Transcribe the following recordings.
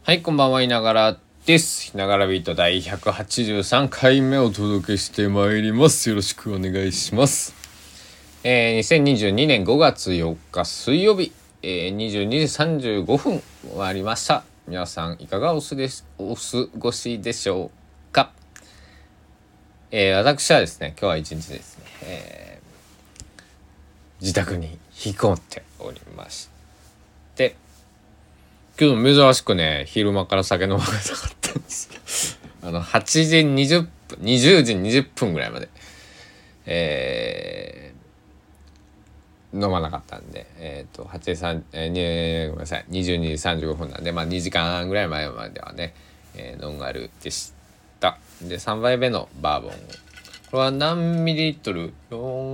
はい、こんばんは、いながらです。いながらビート第183回目をお届けしてまいります。よろしくお願いします。2022年5月4日水曜日、22時35分終わりました。皆さんいかがお過ごしでしょうか。私はですね、今日は一日ですね、自宅に引きこもっておりまして、今日珍しくね、昼間から酒飲まなかったんですよ。8時20分、20時20分ぐらいまで、飲まなかったんで、8時3、ごめんなさい、22時35分なんで、2時間ぐらい前まではね、ノンアルでした。で、3杯目のバーボンを。これは何ミリリットル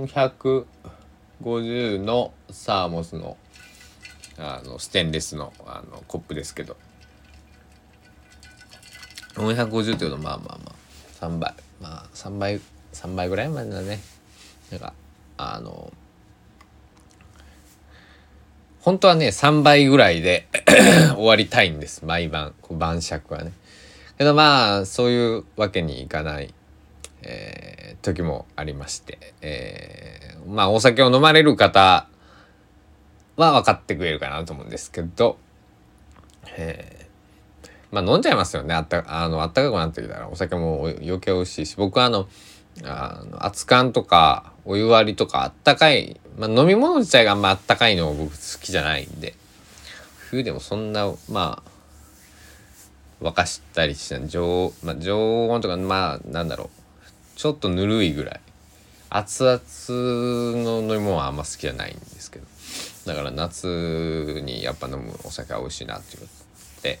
?450 のサーモスのステンレスのコップですけど、450っていうと3倍3倍ぐらいまでだね。なんか本当はね3倍ぐらいで終わりたいんです、毎晩晩酌はね。けどそういうわけにいかない、時もありまして、お酒を飲まれる方は分かってくれるかなと思うんですけど、飲んじゃいますよね。あったかくなってきたらお酒も余計美味しいし、僕は熱燗とかお湯割りとかあったかい、飲み物自体があんまあったかいの僕好きじゃないんで、冬でもそんな沸かしたりして常温とかなんだろう、ちょっとぬるいぐらい、熱々の飲み物はあんま好きじゃないんですけど、だから夏にやっぱ飲むお酒は美味しいなっていうことで、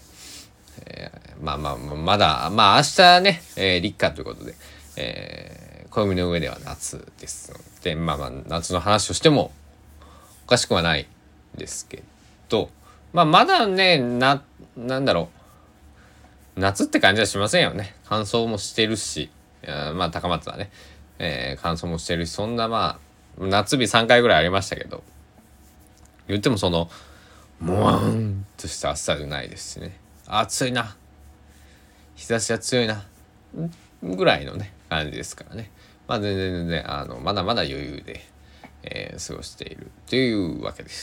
まだ明日ね、立夏ということで、暦の上では夏ですので、夏の話をしてもおかしくはないですけど、まだね、なんだろう、夏って感じはしませんよね。乾燥もしてるし、高松はね、乾燥もしてるし、そんな夏日3回ぐらいありましたけど、言ってももわーんとした暑さじゃないですしね。暑いな、日差しが強いなぐらいのね感じですからね。全然まだまだ余裕で、過ごしているというわけです。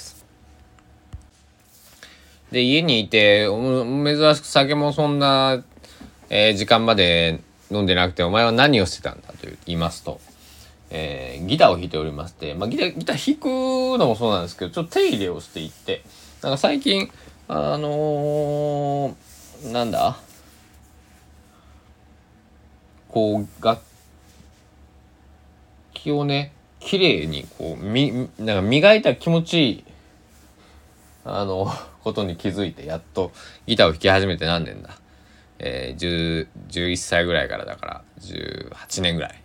で、家にいて珍しく酒もそんな、時間まで飲んでなくて、お前は何をしてたんだと言いますと、ギターを弾いておりまして、ギター弾くのもそうなんですけど、ちょっと手入れをしていって、なんか最近なんだ楽器をね綺麗になんか磨いたら気持ちいいことに気づいて、やっとギターを弾き始めて何年だ、11歳ぐらいからだから18年ぐらい、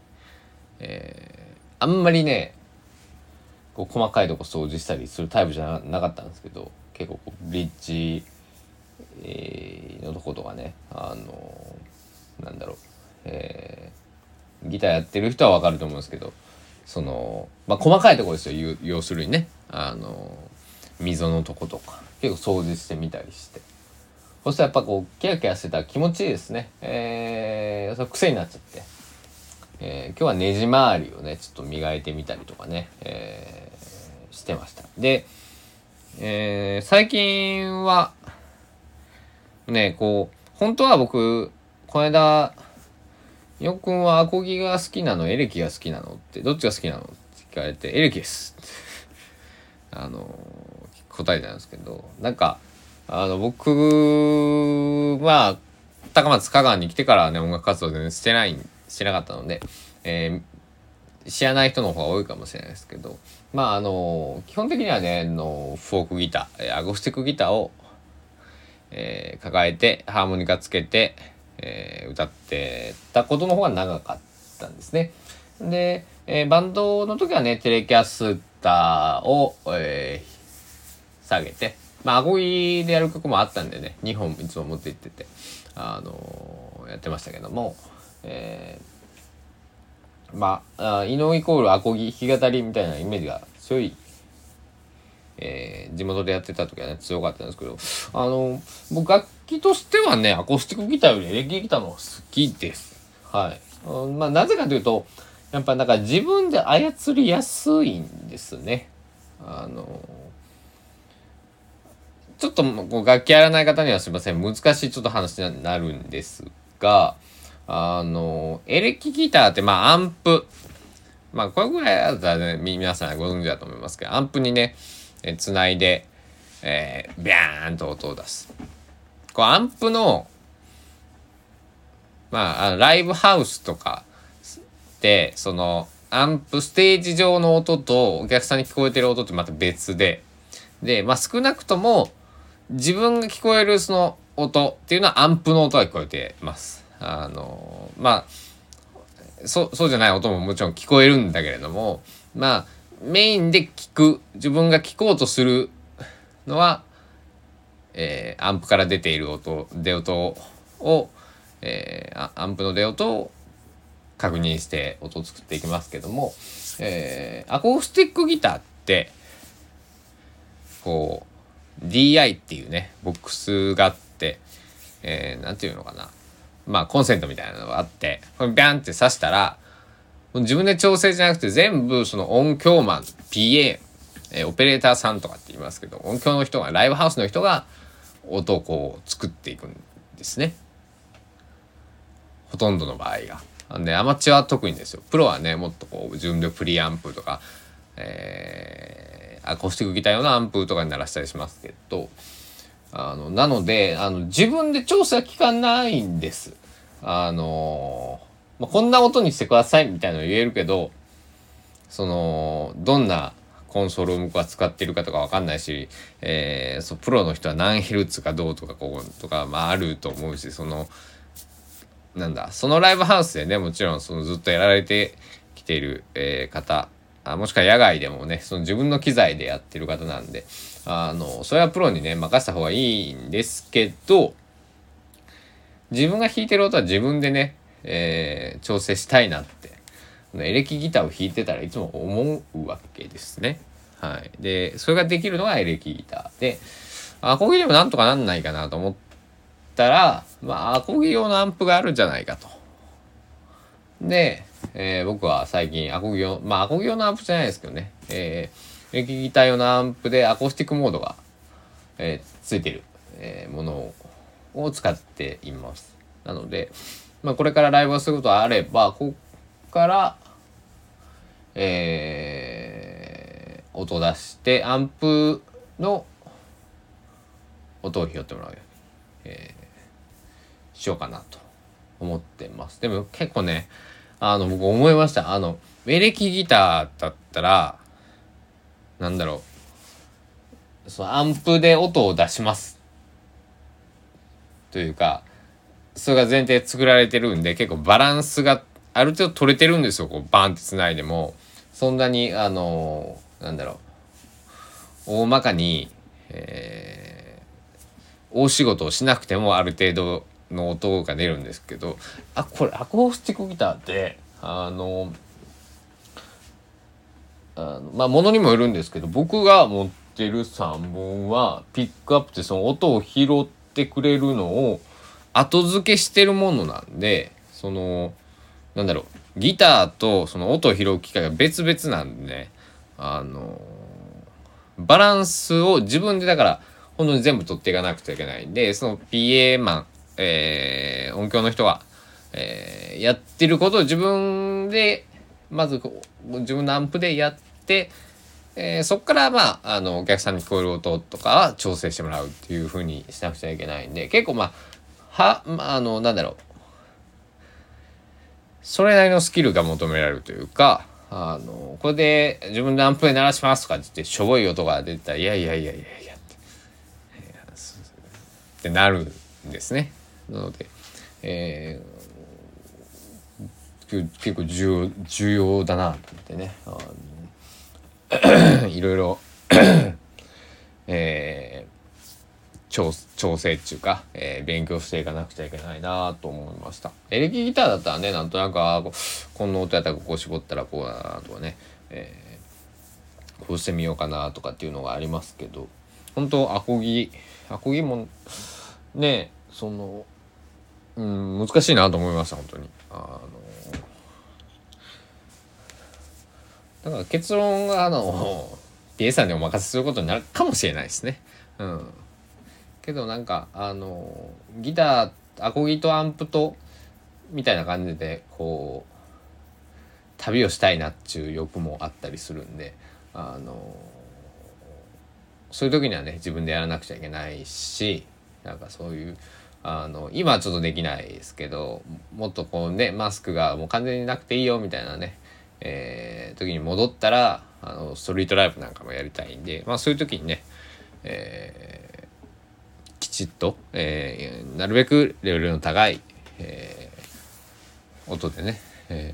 あんまりね細かいとこ掃除したりするタイプじゃなかったんですけど、結構ブリッジ、のとことかね、なんだろう、ギターやってる人は分かると思うんですけど、細かいところですよ。要するにね、溝のとことか結構掃除してみたりして、そしたらやっぱキラキラしてたら気持ちいいですね。それ癖になっちゃって、今日はネジ周りをねちょっと磨いてみたりとかね、してました。で、最近はね本当は僕この間よくんはアコギが好きなのエレキが好きなのってどっちが好きなのって聞かれて、エレキです答えたんですけど、僕は高松香川に来てからね音楽活動全然してなかったので、知らない人の方が多いかもしれないですけど、基本的にはねフォークギター、アコースティックギターを、抱えてハーモニカつけて、歌ってたことの方が長かったんですね。で、バンドの時はねテレキャスターを、下げて、アコギでやる曲もあったんでね2本いつも持って行ってて、やってましたけども、異能イコールアコギ弾き語りみたいなイメージが強い地元でやってた時はね強かったんですけど、僕楽器としてはねアコースティックギターよりエレキギターの方が好きです。はい。なぜかというとやっぱなんか自分で操りやすいんですね。ちょっとこう楽器やらない方にはすいません難しいちょっと話になるんですが、エレキギターってアンプ、これぐらいだったらね皆さんご存知だと思いますけど、アンプにねつないで、ビャーンと音を出す。こうアンプのライブハウスとかでそのアンプステージ上の音とお客さんに聞こえてる音ってまた別で、少なくとも自分が聞こえるその音っていうのはアンプの音が聞こえてます。そうじゃない音ももちろん聞こえるんだけれども、メインで自分が聞こうとするのは、アンプから出ている出音を、アンプの出音を確認して音を作っていきますけども、アコースティックギターってこう DI っていうねボックスがあって、なんていうのかな、コンセントみたいなのがあって、これビャンって挿したら自分で調整じゃなくて全部その音響マン PA、オペレーターさんとかって言いますけど、音響の人がライブハウスの人が音をこう作っていくんですね、ほとんどの場合が。でアマチュアは特にですよ。プロはねもっとこう自分でプリアンプとか、アコースティックギター用のアンプとかに鳴らしたりしますけど、なので自分で調整は効かないんです。こんな音にしてくださいみたいなの言えるけど、どんなコンソールを向こうが使っているかとか分かんないし、プロの人は何ヘルツかどうとかこうとかあると思うし、そのライブハウスでねもちろんずっとやられてきている、方、もしくは野外でもね自分の機材でやってる方なんで、それはプロにね任せた方がいいんですけど、自分が弾いてる音は自分でね、調整したいなってエレキギターを弾いてたらいつも思うわけですね。はい。でそれができるのがエレキギターで、アコギでもなんとかなんないかなと思ったら、アコギ用のアンプがあるんじゃないかと。で、僕は最近アコギ用のアンプじゃないですけどね、エレキギター用のアンプでアコースティックモードが、ついてる、ものを使っています。なので、これからライブをすることがあればこっから、音を出してアンプの音を拾ってもらうように、しようかなと思ってます。でも結構ね僕思いました。エレキギターだったらそのアンプで音を出しますというか、それが前提作られてるんで結構バランスがある程度取れてるんですよ。こうバンってつないでもそんなに大まかに、大仕事をしなくてもある程度の音が出るんですけど、これアコースティックギターってものにもよるんですけど、僕が持ってる3本はピックアップってその音を拾ってくれるのを後付けしてるものなんで、ギターとその音を拾う機械が別々なんでね、バランスを自分でだから本当に全部取っていかなくちゃいけないんで、その PA マン、音響の人が、やってることを自分でまず自分のアンプでやって、そっからお客さんに聞こえる音とかは調整してもらうっていう風にしなくちゃいけないんで、結構それなりのスキルが求められるというか、これで自分でアンプで鳴らしますとかって言ってしょぼい音が出たらいやってなるんですね。なので、結構重要だなってね、いろいろ調整っていうか、勉強していかなくちゃいけないなと思いました。エレキギターだったらねなんとなくこんな音やったらこう絞ったらこうだなとかね、 こうしてみようかなとかっていうのがありますけど、本当アコギもね難しいなと思いました。本当にだから結論がPA さんにお任せすることになるかもしれないですね。けどなんかギターアコギとアンプとみたいな感じでこう旅をしたいなっていう欲もあったりするんで、そういう時にはね自分でやらなくちゃいけないし、なんかそういう今はちょっとできないですけど、もっとこうねマスクがもう完全になくていいよみたいなね、時に戻ったらストリートライブなんかもやりたいんで、そういう時にね、きちっと、なるべくレベルの高い、音でね、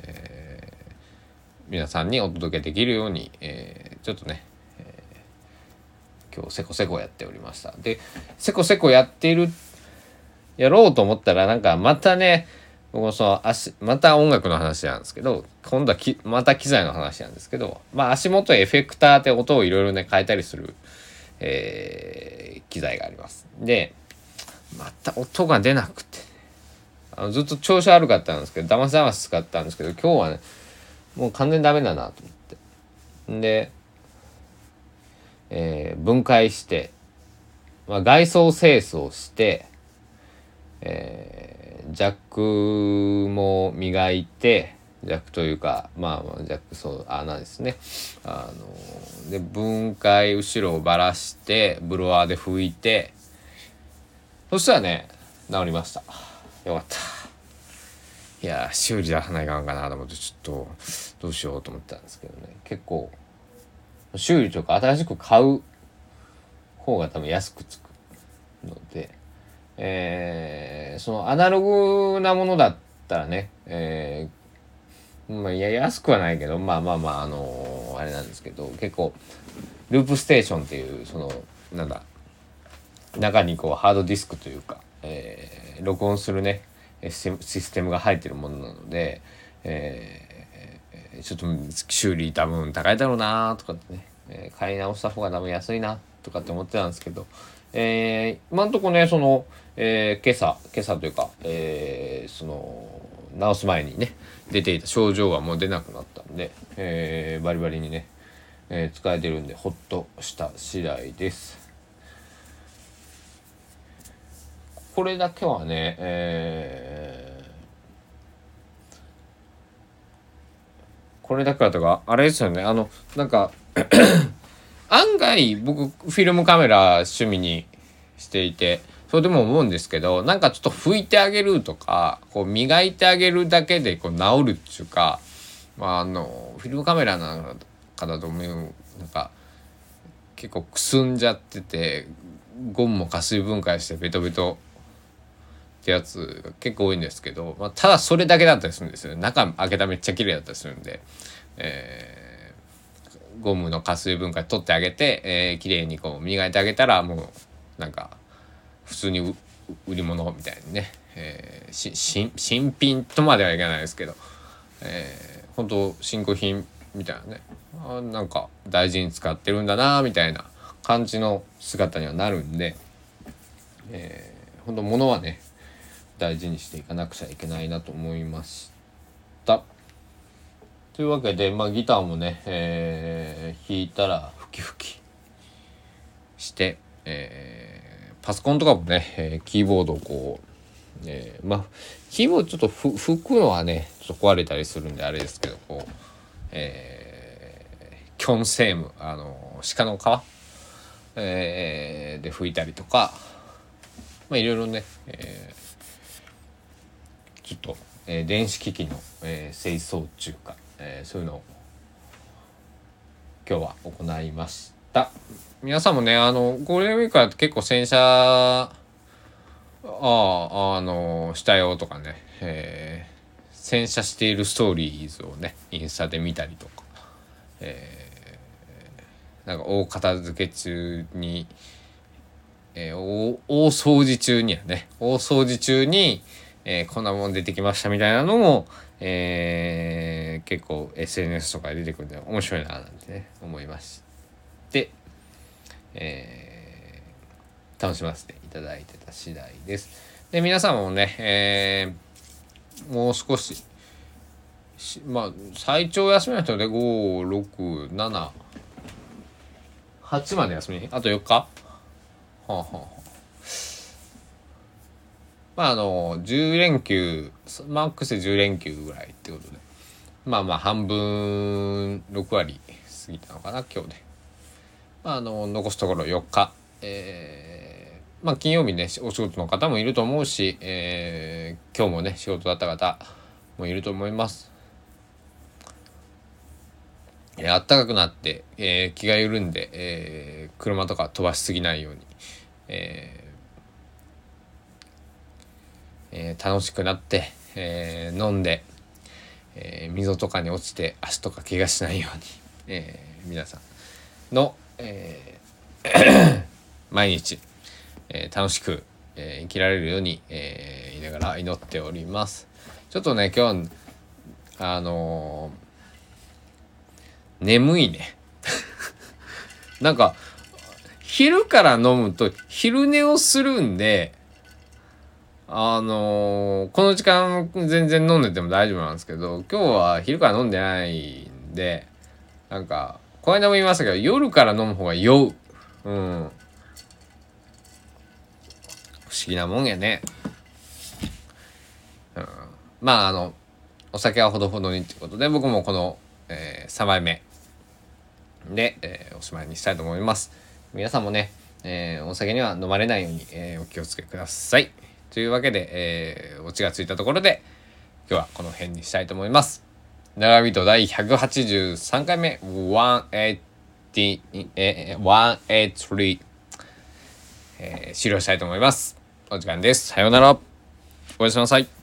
皆さんにお届けできるように、ちょっとね、今日せこせこやっておりました。でせこせこやろうと思ったらなんかまたね、僕もまた音楽の話なんですけど、今度はまた機材の話なんですけど、足元エフェクターって音をいろいろね変えたりする、機材があります。でまた音が出なくて、ずっと調子悪かったんですけど、騙し使ったんですけど、今日はねもう完全にダメだなと思って、で、分解して、外装清掃して、ジャックも磨いて、ジャックというかジャック穴ですね。で分解後ろをばらしてブロワーで拭いて、そしたらね治りました。よかった。いや修理出さないかんかなと思って、ちょっとどうしようと思ったんですけどね、結構修理とか新しく買う方が多分安くつくので、そのアナログなものだったらね、いや安くはないけどあれなんですけど、結構ループステーションっていう中にこうハードディスクというか、録音するねシステムが入ってるものなので、ちょっと修理多分高いだろうなとかってね、買い直した方が多分安いなとかって思ってたんですけど、今んとこね今朝というか、直す前にね出ていた症状はもう出なくなったんで、バリバリにね、使えてるんでほっとした次第です。これだけはね、これだけはとかあれですよね、なんか案外僕フィルムカメラ趣味にしていて、それでも思うんですけど、なんかちょっと拭いてあげるとかこう磨いてあげるだけでこう治るっていうか、フィルムカメラなんかだと思うなんか結構くすんじゃってて、ゴムも加水分解してベトベトってやつが結構多いんですけど、ただそれだけだったりするんですよね。中開けたらめっちゃ綺麗だったりするんで、ゴムの加水分解取ってあげて、綺麗にこう磨いてあげたらもうなんか普通に売り物みたいにね、新品とまではいかないですけど、本当新古品みたいなね、なんか大事に使ってるんだなみたいな感じの姿にはなるんで、本当物はね大事にしていかなくちゃいけないなと思いました。というわけで、ギターもね、弾いたらふきふきして、パソコンとかもね、キーボードをこう、キーボードちょっと吹くのはねちょっと壊れたりするんであれですけど、こう、キョンセーム鹿の皮、で吹いたりとか、いろいろね、ちょっと、電子機器の、清掃中か、そういうのを今日は行いました。皆さんもねゴールデンウィークは結構洗車したよとかね、洗車しているストーリーズをねインスタで見たりとか、なんか大片付け中に、大掃除中にはね大掃除中に、こんなもん出てきましたみたいなのも、結構 SNS とかで出てくるんで面白いななんてね思いまし楽しませていただいてた次第です。で皆さんもね、もう少しまあ最長休みの人で5、6、7、8まで休み、あと4日、はあはあはあ、まあ10連休マックスで10連休ぐらいってことで、まあ半分6割過ぎたのかな今日で。残すところ4日、まあ金曜日ねお仕事の方もいると思うし、今日もね仕事だった方もいると思います。暖かくなって、気が緩んで、車とか飛ばしすぎないように、楽しくなって、飲んで、溝とかに落ちて足とか怪我しないように、皆さんの、毎日、楽しく、生きられるように、言いながら祈っております。ちょっとね今日眠いねなんか昼から飲むと昼寝をするんで、この時間全然飲んでても大丈夫なんですけど、今日は昼から飲んでないんで、なんかこの間も言いましたけど夜から飲む方が酔う。不思議なもんやね。まあお酒はほどほどにってことで、僕もこの、3杯目で、おしまいにしたいと思います。皆さんもね、お酒には飲まれないように、お気をつけください。というわけで、オチがついたところで今日はこの辺にしたいと思います。長人第183回目183、終了したいと思います。お時間です。さようなら。おやすみなさい。